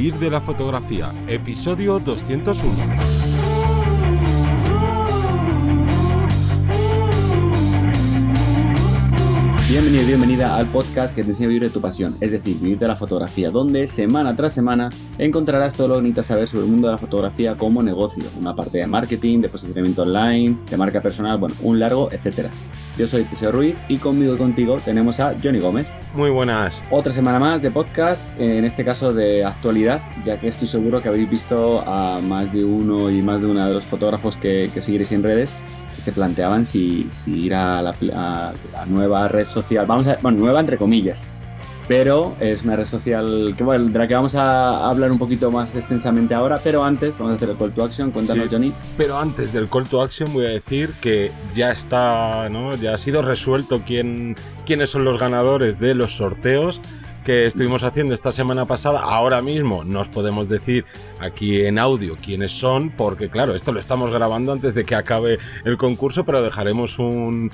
Vivir de la fotografía, episodio 201. Bienvenido y bienvenida al podcast que te enseña a vivir de tu pasión, es decir, vivir de la fotografía, donde semana tras semana encontrarás todo lo que necesitas saber sobre el mundo de la fotografía como negocio, una parte de marketing, de posicionamiento online, de marca personal, bueno, un largo, etcétera. Yo soy Teseo Ruiz y conmigo y contigo tenemos a Johnny Gómez. Muy buenas. Otra semana más de podcast, en este caso de actualidad, ya que estoy seguro que habéis visto a más de uno y más de una de los fotógrafos que seguiréis en redes, que se planteaban si ir a la nueva red social, nueva entre comillas, pero es una red social que, bueno, de la que vamos a hablar un poquito más extensamente ahora, pero antes vamos a hacer el call to action. Cuéntanos, sí. Johnny. Pero antes del call to action voy a decir que ya está, ¿no? Ya ha sido resuelto quiénes son los ganadores de los sorteos que estuvimos haciendo esta semana pasada. Ahora mismo nos podemos decir aquí en audio quiénes son, porque claro, esto lo estamos grabando antes de que acabe el concurso, pero dejaremos un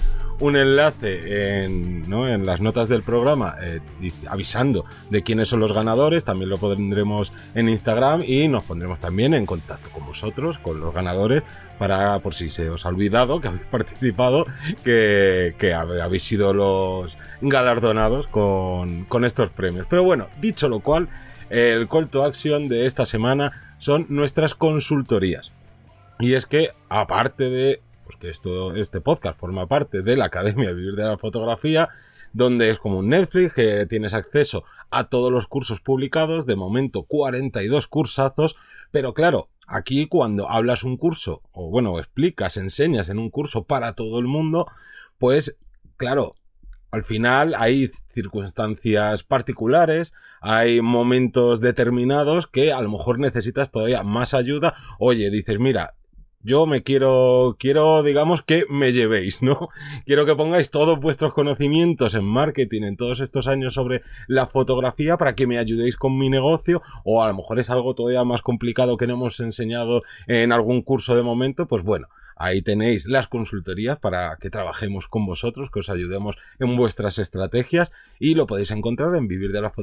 enlace en las notas del programa avisando de quiénes son los ganadores. También lo pondremos en Instagram y nos pondremos también en contacto con vosotros, con los ganadores, para, por si se os ha olvidado que habéis participado, que habéis sido los galardonados con estos premios. Pero bueno, dicho lo cual, el call to action de esta semana son nuestras consultorías. Y es que, aparte de que este podcast forma parte de la Academia Vivir de la Fotografía, donde es como un Netflix, que tienes acceso a todos los cursos publicados, de momento 42 cursazos, pero claro, aquí cuando hablas un curso, o bueno, explicas, enseñas en un curso para todo el mundo, pues claro, al final hay circunstancias particulares, hay momentos determinados que a lo mejor necesitas todavía más ayuda. Oye, dices, mira, yo me quiero, digamos, que me llevéis, ¿no? Quiero que pongáis todos vuestros conocimientos en marketing en todos estos años sobre la fotografía para que me ayudéis con mi negocio, o a lo mejor es algo todavía más complicado que no hemos enseñado en algún curso de momento. Pues bueno, ahí tenéis las consultorías para que trabajemos con vosotros, que os ayudemos en vuestras estrategias, y lo podéis encontrar en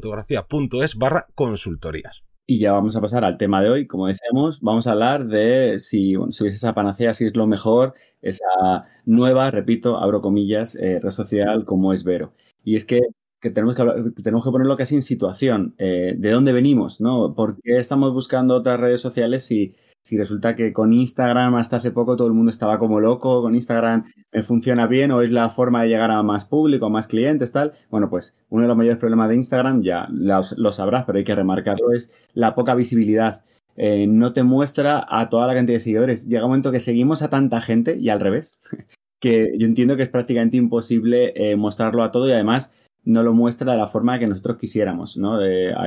vivirdelafotografía.es/consultorías. Y ya vamos a pasar al tema de hoy. Como decíamos, vamos a hablar de si es esa panacea, si es lo mejor, esa nueva, repito, abro comillas, red social como es Vero. Y es que tenemos que ponerlo casi en situación. ¿De dónde venimos, no? ¿Por qué estamos buscando otras redes sociales si resulta que con Instagram hasta hace poco todo el mundo estaba como loco? ¿Con Instagram me funciona bien o es la forma de llegar a más público, a más clientes, tal? Bueno, pues uno de los mayores problemas de Instagram, ya lo sabrás, pero hay que remarcarlo, es la poca visibilidad. No te muestra a toda la cantidad de seguidores. Llega un momento que seguimos a tanta gente, y al revés, que yo entiendo que es prácticamente imposible mostrarlo a todo, y además no lo muestra de la forma que nosotros quisiéramos, ¿no?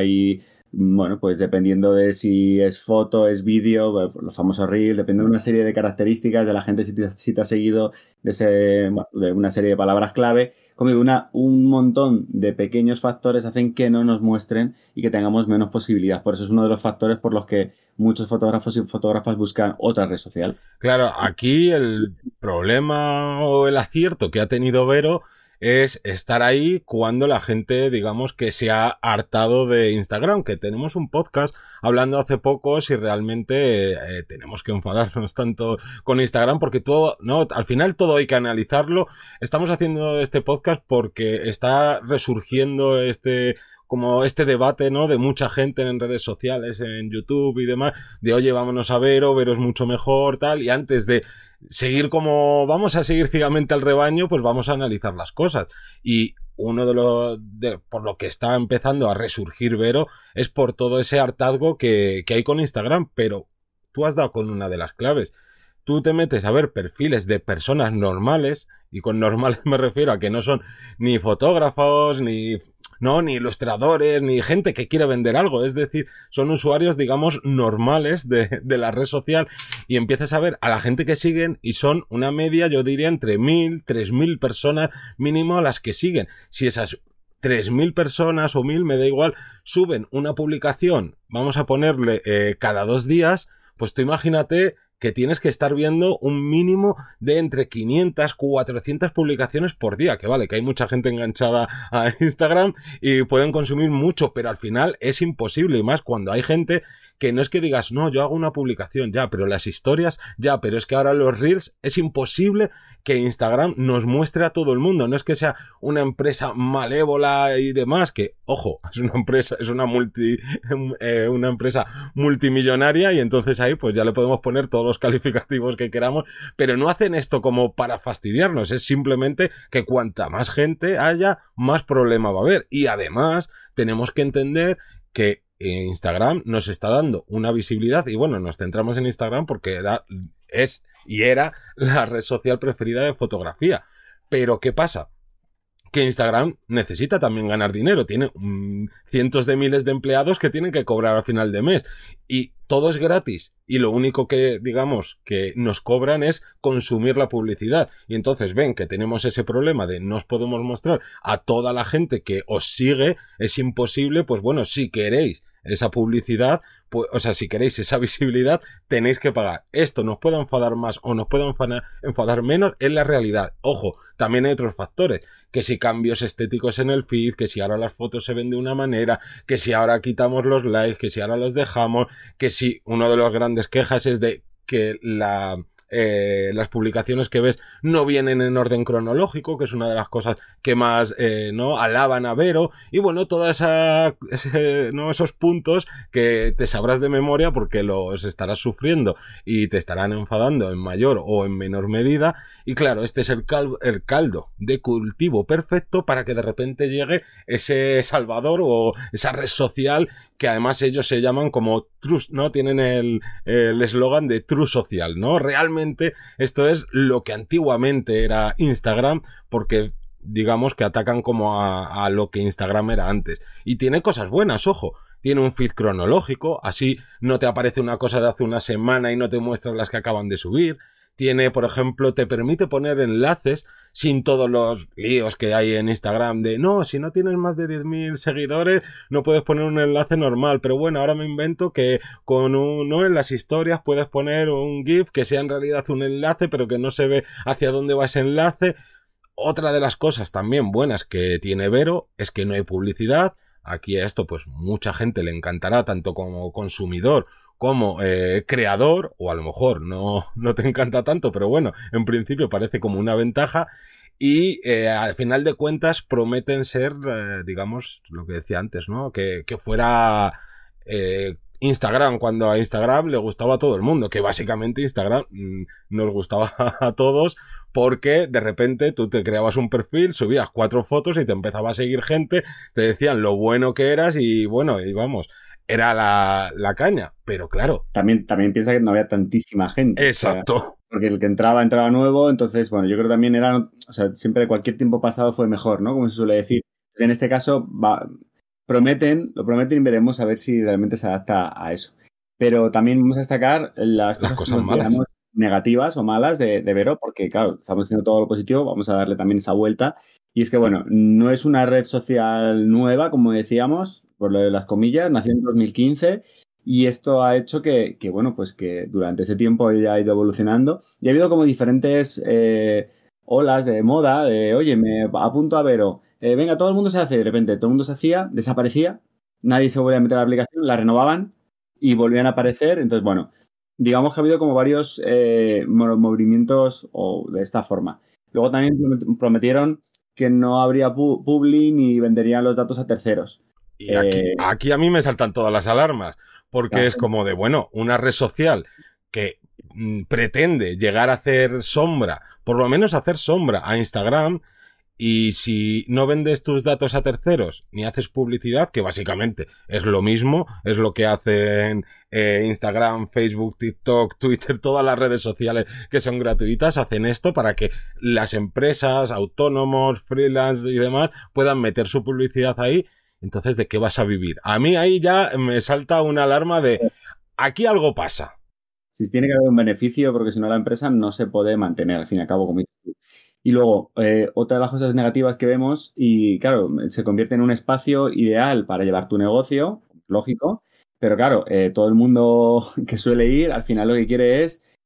Bueno, pues dependiendo de si es foto, es vídeo, los famosos reels, depende de una serie de características de la gente si te ha seguido, de una serie de palabras clave, como digo, un montón de pequeños factores hacen que no nos muestren y que tengamos menos posibilidad. Por eso es uno de los factores por los que muchos fotógrafos y fotógrafas buscan otra red social. Claro, aquí el problema o el acierto que ha tenido Vero es estar ahí cuando la gente, digamos, que se ha hartado de Instagram, que tenemos un podcast hablando hace poco si realmente tenemos que enfadarnos tanto con Instagram, porque todo, no, al final todo hay que analizarlo. Estamos haciendo este podcast porque está resurgiendo como este debate, ¿no? De mucha gente en redes sociales, en YouTube y demás, de oye, vámonos a Vero es mucho mejor, tal, y antes de seguir vamos a seguir ciegamente al rebaño, pues vamos a analizar las cosas. Y uno por lo que está empezando a resurgir Vero es por todo ese hartazgo que hay con Instagram, pero tú has dado con una de las claves. Tú te metes a ver perfiles de personas normales, y con normales me refiero a que no son ni fotógrafos, ni ilustradores, ni gente que quiere vender algo, es decir, son usuarios, digamos, normales de la red social, y empiezas a ver a la gente que siguen y son una media, yo diría, entre 1.000, 3.000 personas mínimo a las que siguen. Si esas 3.000 personas o 1.000, me da igual, suben una publicación, vamos a ponerle cada 2 días, pues tú imagínate que tienes que estar viendo un mínimo de entre 500, 400 publicaciones por día, que vale, que hay mucha gente enganchada a Instagram y pueden consumir mucho, pero al final es imposible, y más cuando hay gente que no es que digas, no, yo hago una publicación, ya, pero las historias, ya, pero es que ahora los Reels, es imposible que Instagram nos muestre a todo el mundo, no es que sea una empresa malévola y demás, que, ojo, es una empresa, es una empresa multimillonaria, y entonces ahí pues ya le podemos poner todos los calificativos que queramos, pero no hacen esto como para fastidiarnos, es simplemente que cuanta más gente haya, más problema va a haber, y además tenemos que entender que Instagram nos está dando una visibilidad, y bueno, nos centramos en Instagram porque era la red social preferida de fotografía. Pero ¿qué pasa? Que Instagram necesita también ganar dinero, tiene cientos de miles de empleados que tienen que cobrar a final de mes, y todo es gratis, y lo único que, digamos, que nos cobran es consumir la publicidad, y entonces ven que tenemos ese problema de no os podemos mostrar a toda la gente que os sigue, es imposible, pues bueno, si queréis esa publicidad, pues, o sea, si queréis esa visibilidad, tenéis que pagar. Esto nos puede enfadar más o nos puede enfadar menos, es la realidad. Ojo, también hay otros factores, que si cambios estéticos en el feed, que si ahora las fotos se ven de una manera, que si ahora quitamos los likes, que si ahora los dejamos, que si uno de los grandes quejas es de que las publicaciones que ves no vienen en orden cronológico, que es una de las cosas que más no alaban a Vero, y bueno, todas esos puntos que te sabrás de memoria porque los estarás sufriendo y te estarán enfadando en mayor o en menor medida, y claro, este es el caldo de cultivo perfecto para que de repente llegue ese salvador o esa red social que además ellos se llaman como True, ¿no? Tienen el eslogan de True Social, ¿no? Realmente esto es lo que antiguamente era Instagram, porque digamos que atacan como a lo que Instagram era antes. Y tiene cosas buenas, ojo. Tiene un feed cronológico, así no te aparece una cosa de hace una semana y no te muestran las que acaban de subir. Tiene, por ejemplo, te permite poner enlaces sin todos los líos que hay en Instagram de no, si no tienes más de 10.000 seguidores no puedes poner un enlace normal, pero bueno, ahora me invento que no en las historias puedes poner un GIF que sea en realidad un enlace pero que no se ve hacia dónde va ese enlace. Otra de las cosas también buenas que tiene Vero es que no hay publicidad. Aquí a esto pues mucha gente le encantará, tanto como consumidor como creador, o a lo mejor no te encanta tanto, pero bueno, en principio parece como una ventaja, y al final de cuentas prometen ser, digamos, lo que decía antes, ¿no? Que fuera Instagram, cuando a Instagram le gustaba a todo el mundo, que básicamente Instagram nos gustaba a todos, porque de repente tú te creabas un perfil, subías 4 fotos y te empezaba a seguir gente, te decían lo bueno que eras y bueno, y vamos, era la caña, pero claro. También piensa que no había tantísima gente. Exacto. O sea, porque el que entraba nuevo, entonces, bueno, yo creo que también era, o sea, siempre cualquier tiempo pasado fue mejor, ¿no? Como se suele decir. Entonces, en este caso, lo prometen y veremos a ver si realmente se adapta a eso. Pero también vamos a destacar las cosas malas, negativas o malas de Vero, porque claro, estamos haciendo todo lo positivo, vamos a darle también esa vuelta. Y es que, bueno, no es una red social nueva, como decíamos, por lo de las comillas, nació en 2015 y esto ha hecho que bueno, pues que durante ese tiempo ella ha ido evolucionando y ha habido como diferentes olas de moda, de oye, me apunto a Vero, venga, todo el mundo se hace, de repente todo el mundo se hacía, desaparecía, nadie se volvía a meter a la aplicación, la renovaban y volvían a aparecer, entonces bueno, digamos que ha habido como varios movimientos de esta forma. Luego también prometieron que no habría publi ni venderían los datos a terceros. Y aquí a mí me saltan todas las alarmas, porque claro, es como de, bueno, una red social que pretende llegar a hacer sombra, por lo menos hacer sombra a Instagram, y si no vendes tus datos a terceros ni haces publicidad, que básicamente es lo mismo, es lo que hacen Instagram, Facebook, TikTok, Twitter, todas las redes sociales que son gratuitas, hacen esto para que las empresas, autónomos, freelance y demás puedan meter su publicidad ahí. Entonces, ¿de qué vas a vivir? A mí ahí ya me salta una alarma de aquí algo pasa. Sí, tiene que haber un beneficio porque si no la empresa no se puede mantener, al fin y al cabo, como dices tú. Y luego, otra de las cosas negativas que vemos, y claro, se convierte en un espacio ideal para llevar tu negocio, lógico, pero claro, todo el mundo que suele ir, al final lo que quiere es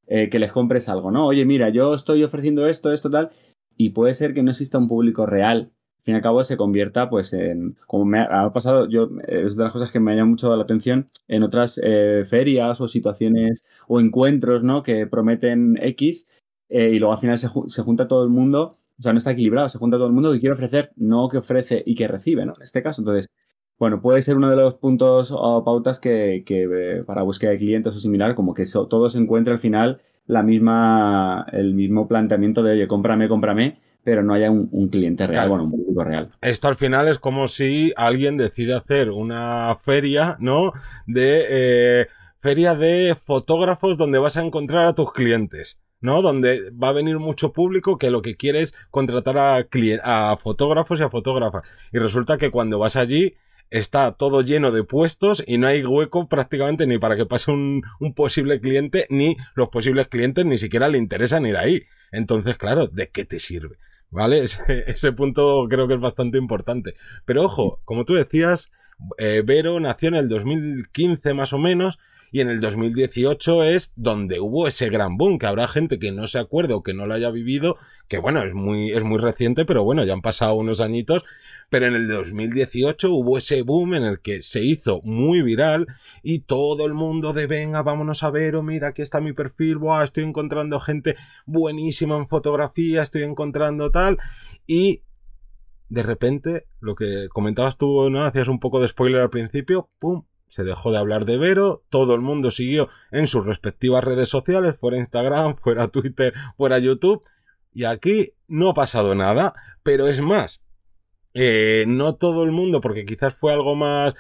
que les compres algo, ¿no? Oye, mira, yo estoy ofreciendo esto, tal, y puede ser que no exista un público real. Al fin y al cabo se convierta, pues, en... Como me ha pasado, es de las cosas que me llama mucho la atención en otras ferias o situaciones o encuentros, ¿no? Que prometen X y luego al final se junta todo el mundo, o sea, no está equilibrado, se junta todo el mundo que quiere ofrecer, no que ofrece y que recibe, ¿no? En este caso, entonces, bueno, puede ser uno de los puntos o pautas que para búsqueda de clientes o similar, como que todo se encuentre al final el mismo planteamiento de, oye, cómprame, pero no haya un cliente real, Claro. bueno, un público real. Esto al final es como si alguien decide hacer una feria, ¿no? Feria de fotógrafos donde vas a encontrar a tus clientes, ¿no? Donde va a venir mucho público que lo que quiere es contratar a fotógrafos y a fotógrafas. Y resulta que cuando vas allí está todo lleno de puestos y no hay hueco prácticamente ni para que pase un posible cliente, ni los posibles clientes ni siquiera le interesan ir ahí. Entonces, claro, ¿de qué te sirve? ¿Vale? Ese punto creo que es bastante importante. Pero ojo, como tú decías, Vero nació en el 2015 más o menos, y en el 2018 es donde hubo ese gran boom, que habrá gente que no se acuerde o que no lo haya vivido, que bueno, es muy reciente, pero bueno, ya han pasado unos añitos, pero en el 2018 hubo ese boom en el que se hizo muy viral y todo el mundo de venga, vámonos a Vero, mira, aquí está mi perfil, buah, estoy encontrando gente buenísima en fotografía, estoy encontrando tal, y de repente, lo que comentabas tú, ¿no? Hacías un poco de spoiler al principio, ¡pum! Se dejó de hablar de Vero, todo el mundo siguió en sus respectivas redes sociales, fuera Instagram, fuera Twitter, fuera YouTube, y aquí no ha pasado nada, pero es más, no todo el mundo, porque quizás fue algo más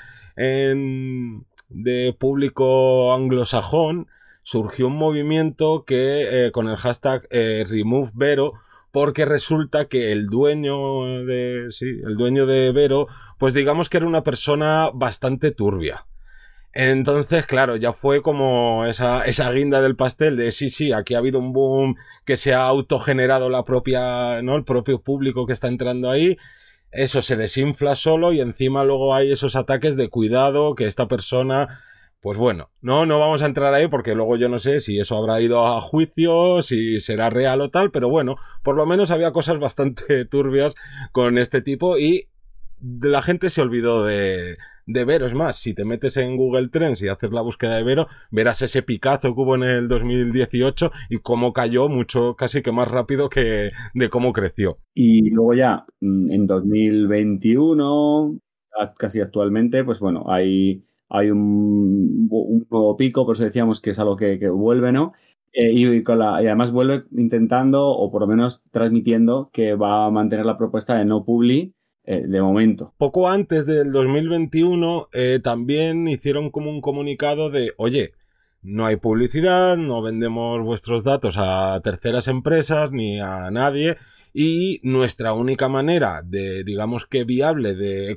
de público anglosajón, surgió un movimiento que con el hashtag Remove Vero, porque resulta que el dueño de Vero, pues digamos que era una persona bastante turbia. Entonces, claro, ya fue como esa guinda del pastel de sí, aquí ha habido un boom que se ha autogenerado el propio público que está entrando ahí. Eso se desinfla solo y encima luego hay esos ataques de cuidado que esta persona, pues bueno, no vamos a entrar ahí porque luego yo no sé si eso habrá ido a juicio, si será real o tal, pero bueno, por lo menos había cosas bastante turbias con este tipo y la gente se olvidó de Vero. Es más, si te metes en Google Trends y haces la búsqueda de Vero, verás ese picazo que hubo en el 2018 y cómo cayó mucho, casi que más rápido que de cómo creció. Y luego ya, en 2021, casi actualmente, pues bueno, hay un nuevo pico, por eso decíamos que es algo que vuelve, ¿no? Y además vuelve intentando, o por lo menos transmitiendo, que va a mantener la propuesta de no publi, de momento. Poco antes del 2021 también hicieron como un comunicado de, oye, no hay publicidad, no vendemos vuestros datos a terceras empresas ni a nadie y nuestra única manera de, digamos que viable de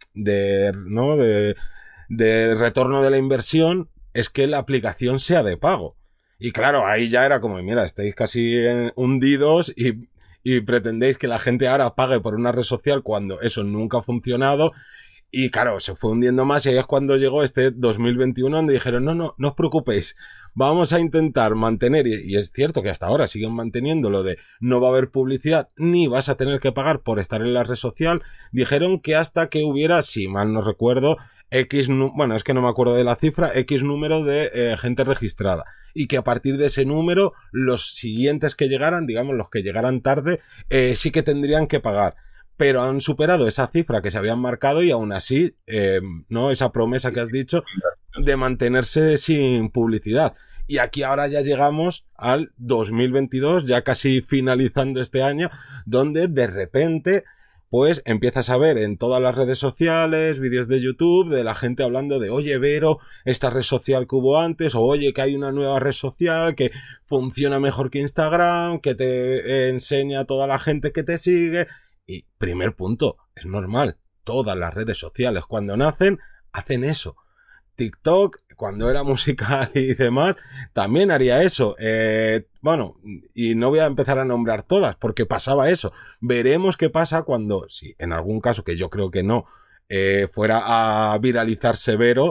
retorno de la inversión es que la aplicación sea de pago. Y claro, ahí ya era como, mira, estáis casi hundidos y pretendéis que la gente ahora pague por una red social cuando eso nunca ha funcionado. Y claro, se fue hundiendo más y ahí es cuando llegó este 2021 donde dijeron, no os preocupéis, vamos a intentar mantener, y es cierto que hasta ahora siguen manteniendo lo de no va a haber publicidad ni vas a tener que pagar por estar en la red social. Dijeron que hasta que hubiera, si mal no recuerdo, bueno, es que no me acuerdo de la cifra, X número de gente registrada. Y que a partir de ese número, los siguientes que llegaran, digamos, los que llegaran tarde, sí que tendrían que pagar. Pero han superado esa cifra que se habían marcado y aún así, ¿no? Esa promesa que has dicho de mantenerse sin publicidad. Y aquí ahora ya llegamos al 2022, ya casi finalizando este año, donde de repente pues empiezas a ver en todas las redes sociales, vídeos de YouTube, de la gente hablando de, oye, Vero, esta red social que hubo antes, o oye, que hay una nueva red social que funciona mejor que Instagram, que te enseña a toda la gente que te sigue. Y primer punto, es normal, todas las redes sociales cuando nacen, hacen eso. TikTok, cuando era musical y demás, también haría eso. Bueno, y no voy a empezar a nombrar todas, porque pasaba eso. Veremos qué pasa cuando, si en algún caso, que yo creo que no, fuera a viralizar severo,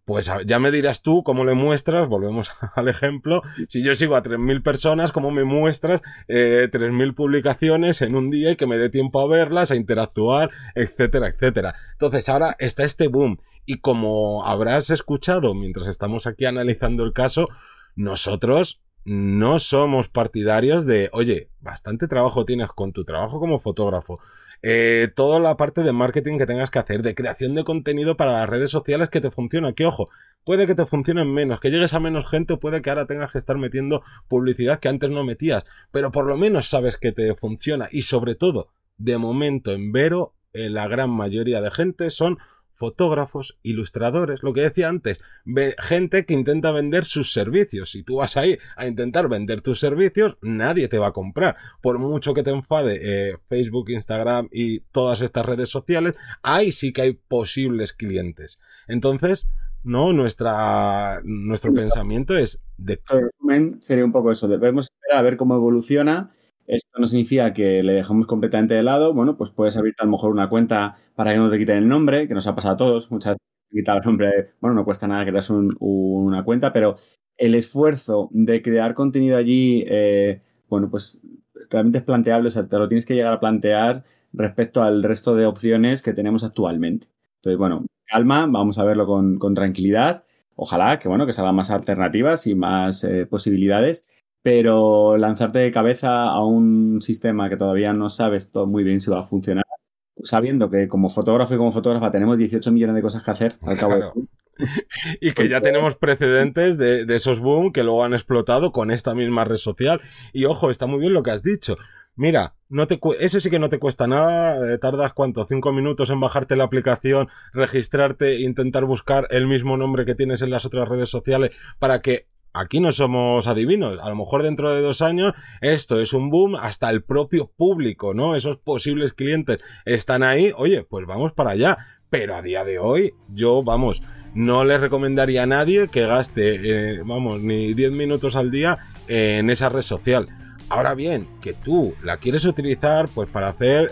Pues ya me dirás tú cómo le muestras, volvemos al ejemplo, si yo sigo a 3.000 personas, cómo me muestras 3.000 publicaciones en un día y que me dé tiempo a verlas, a interactuar, etcétera, etcétera. Entonces ahora está este boom y como habrás escuchado mientras estamos aquí analizando el caso, nosotros no somos partidarios de, oye, bastante trabajo tienes con tu trabajo como fotógrafo. Toda la parte de marketing que tengas que hacer, de creación de contenido para las redes sociales que te funciona, que ojo, puede que te funcionen menos, que llegues a menos gente, o puede que ahora tengas que estar metiendo publicidad que antes no metías, pero por lo menos sabes que te funciona y sobre todo, de momento en Vero, la gran mayoría de gente son fotógrafos, ilustradores, lo que decía antes, gente que intenta vender sus servicios. Si tú vas ahí a intentar vender tus servicios, nadie te va a comprar. Por mucho que te enfade Facebook, Instagram y todas estas redes sociales, ahí sí que hay posibles clientes. Entonces, no, nuestro pensamiento es de... El resumen sería un poco eso, debemos esperar a ver cómo evoluciona. Esto no significa que le dejemos completamente de lado. Bueno, pues puedes abrirte a lo mejor una cuenta para que no te quiten el nombre, que nos ha pasado a todos. Muchas veces quitar el nombre, bueno, no cuesta nada crear una cuenta, pero el esfuerzo de crear contenido allí, bueno, pues realmente es planteable. O sea, te lo tienes que llegar a plantear respecto al resto de opciones que tenemos actualmente. Entonces, bueno, calma, vamos a verlo con tranquilidad. Ojalá que, bueno, que salgan más alternativas y más posibilidades. Pero lanzarte de cabeza a un sistema que todavía no sabes todo muy bien si va a funcionar, sabiendo que como fotógrafo y como fotógrafa tenemos 18 millones de cosas que hacer al cabo Claro. Y que ya tenemos precedentes de esos boom que luego han explotado con esta misma red social. Y ojo, está muy bien lo que has dicho. Mira, eso sí que no te cuesta nada, tardas ¿cuánto? 5 minutos en bajarte la aplicación, registrarte, intentar buscar el mismo nombre que tienes en las otras redes sociales para que... Aquí no somos adivinos, a lo mejor dentro de 2 años esto es un boom, hasta el propio público, ¿no? Esos posibles clientes están ahí, oye, pues vamos para allá, pero a día de hoy yo, vamos, no le recomendaría a nadie que gaste, ni 10 minutos al día en esa red social. Ahora bien, que tú la quieres utilizar pues para hacer...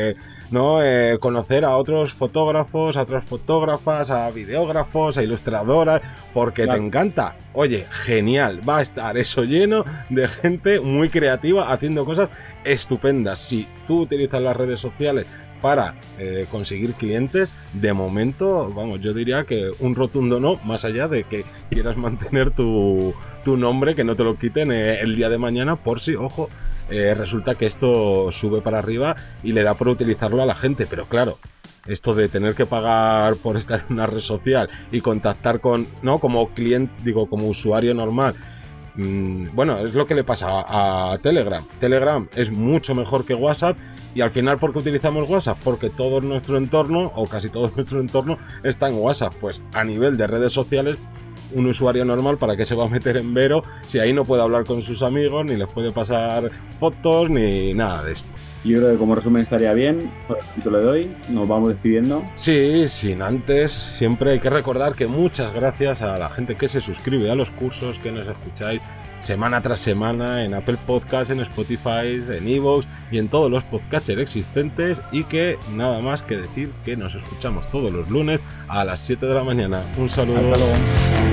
conocer a otros fotógrafos, a otras fotógrafas, a videógrafos, a ilustradoras, porque claro, te encanta. Oye, genial, va a estar eso lleno de gente muy creativa haciendo cosas estupendas. Si tú utilizas las redes sociales para conseguir clientes, de momento, vamos, yo diría que un rotundo no, más allá de que quieras mantener tu nombre, que no te lo quiten el día de mañana, por si, ojo, resulta que esto sube para arriba y le da por utilizarlo a la gente, pero claro, esto de tener que pagar por estar en una red social y contactar con, no como cliente, digo, como usuario normal, bueno, es lo que le pasa a Telegram. Telegram es mucho mejor que WhatsApp y al final, ¿por qué utilizamos WhatsApp? Porque todo nuestro entorno, o casi todo nuestro entorno, está en WhatsApp. Pues a nivel de redes sociales, un usuario normal, ¿para qué se va a meter en Vero si ahí no puede hablar con sus amigos, ni les puede pasar fotos, ni nada de esto? Yo creo que como resumen estaría bien, por el título de hoy, nos vamos despidiendo. Sí, sin antes, siempre hay que recordar que muchas gracias a la gente que se suscribe a los cursos, que nos escucháis semana tras semana en Apple Podcast, en Spotify, en iVoox y en todos los podcatchers existentes, y que nada más que decir que nos escuchamos todos los lunes a las 7 de la mañana. Un saludo. Hasta luego.